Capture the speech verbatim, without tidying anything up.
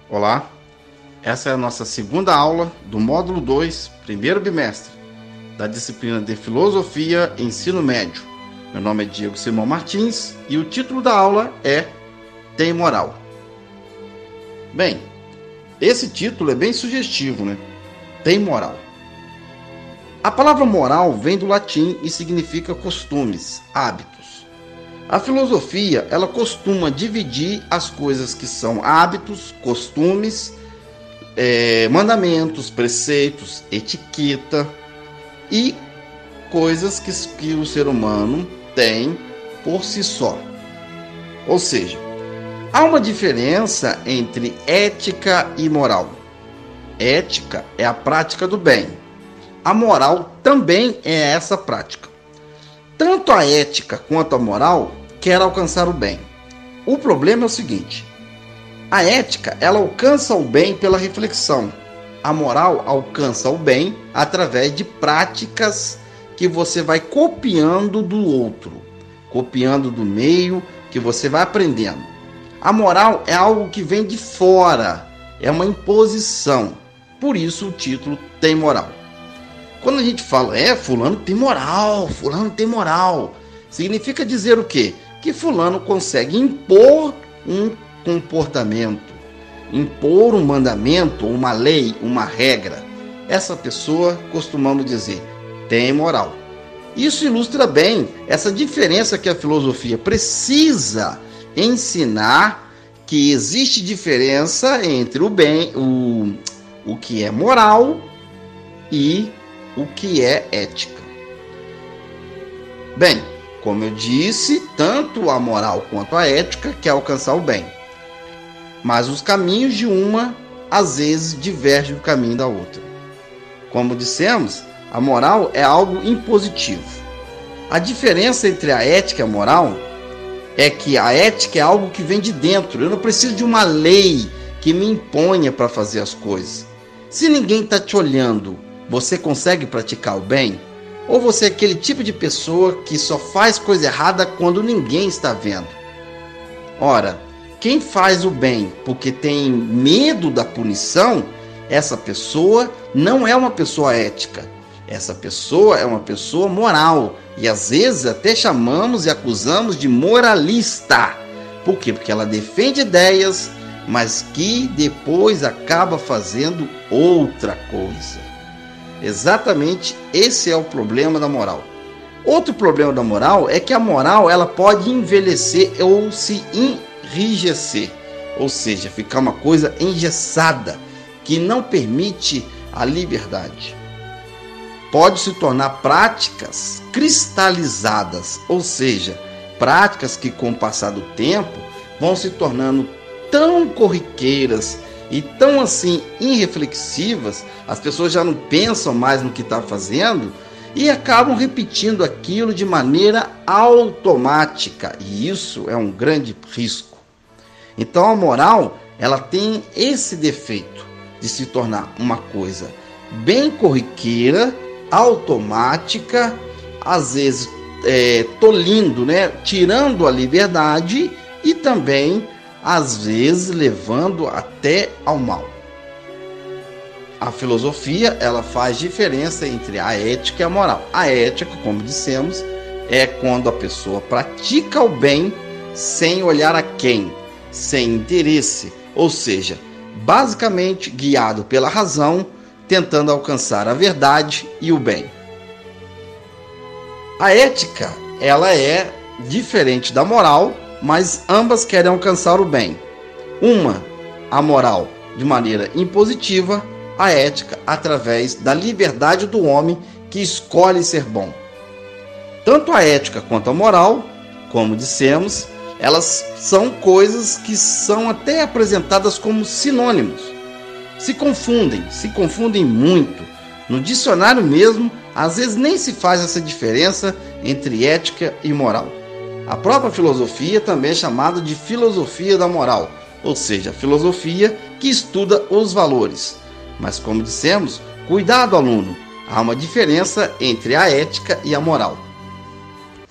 Olá, essa é a nossa segunda aula do módulo dois, primeiro bimestre, da disciplina de Filosofia Ensino Médio. Meu nome é Diego Simão Martins e o título da aula é Tem Moral. Bem, esse título é bem sugestivo, né? Tem moral. A palavra moral vem do latim e significa costumes, hábitos. A filosofia, ela costuma dividir as coisas que são hábitos, costumes, é, mandamentos, preceitos, etiqueta e coisas que, que o ser humano tem por si só. Ou seja, há uma diferença entre ética e moral. Ética é a prática do bem. A moral também é essa prática. Tanto a ética quanto a moral quer alcançar o bem. O problema é o seguinte: a ética, ela alcança o bem pela reflexão. A moral alcança o bem através de práticas que você vai copiando do outro, copiando do meio que você vai aprendendo. A moral é algo que vem de fora, é uma imposição. Por isso o título Tem Moral. Quando a gente fala, é, fulano tem moral, fulano tem moral, significa dizer o quê? Que fulano consegue impor um comportamento, impor um mandamento, uma lei, uma regra. Essa pessoa, costumamos dizer, tem moral. Isso ilustra bem essa diferença que a filosofia precisa ensinar, que existe diferença entre o bem, o, o que é moral e o que é ética. Bem, como eu disse, tanto a moral quanto a ética quer alcançar o bem. Mas os caminhos de uma, às vezes, divergem do caminho da outra. Como dissemos, a moral é algo impositivo. A diferença entre a ética e a moral é que a ética é algo que vem de dentro. Eu não preciso de uma lei que me imponha para fazer as coisas. Se ninguém está te olhando, você consegue praticar o bem? Ou você é aquele tipo de pessoa que só faz coisa errada quando ninguém está vendo? Ora, quem faz o bem porque tem medo da punição, essa pessoa não é uma pessoa ética. Essa pessoa é uma pessoa moral. E às vezes até chamamos e acusamos de moralista. Por quê? Porque ela defende ideias, mas que depois acaba fazendo outra coisa. Exatamente esse é o problema da moral. Outro problema da moral é que a moral ela pode envelhecer ou se enrijecer, ou seja, ficar uma coisa engessada que não permite a liberdade. Pode se tornar práticas cristalizadas, ou seja, práticas que com o passar do tempo vão se tornando tão corriqueiras e tão assim irreflexivas, as pessoas já não pensam mais no que está fazendo e acabam repetindo aquilo de maneira automática, e isso é um grande risco. Então a moral, ela tem esse defeito de se tornar uma coisa bem corriqueira, automática, às vezes é, tolindo, né? Tirando a liberdade e também às vezes levando até ao mal. A filosofia, ela faz diferença entre a ética e a moral. A ética, como dissemos, é quando a pessoa pratica o bem sem olhar a quem, sem interesse, ou seja, basicamente guiado pela razão, tentando alcançar a verdade e o bem. A ética, ela é diferente da moral, mas ambas querem alcançar o bem. Uma, a moral, de maneira impositiva, a ética, através da liberdade do homem que escolhe ser bom. Tanto a ética quanto a moral, como dissemos, elas são coisas que são até apresentadas como sinônimos. Se confundem, se confundem muito. No dicionário mesmo, às vezes nem se faz essa diferença entre ética e moral. A própria filosofia também é chamada de filosofia da moral, ou seja, a filosofia que estuda os valores. Mas como dissemos, cuidado aluno, há uma diferença entre a ética e a moral.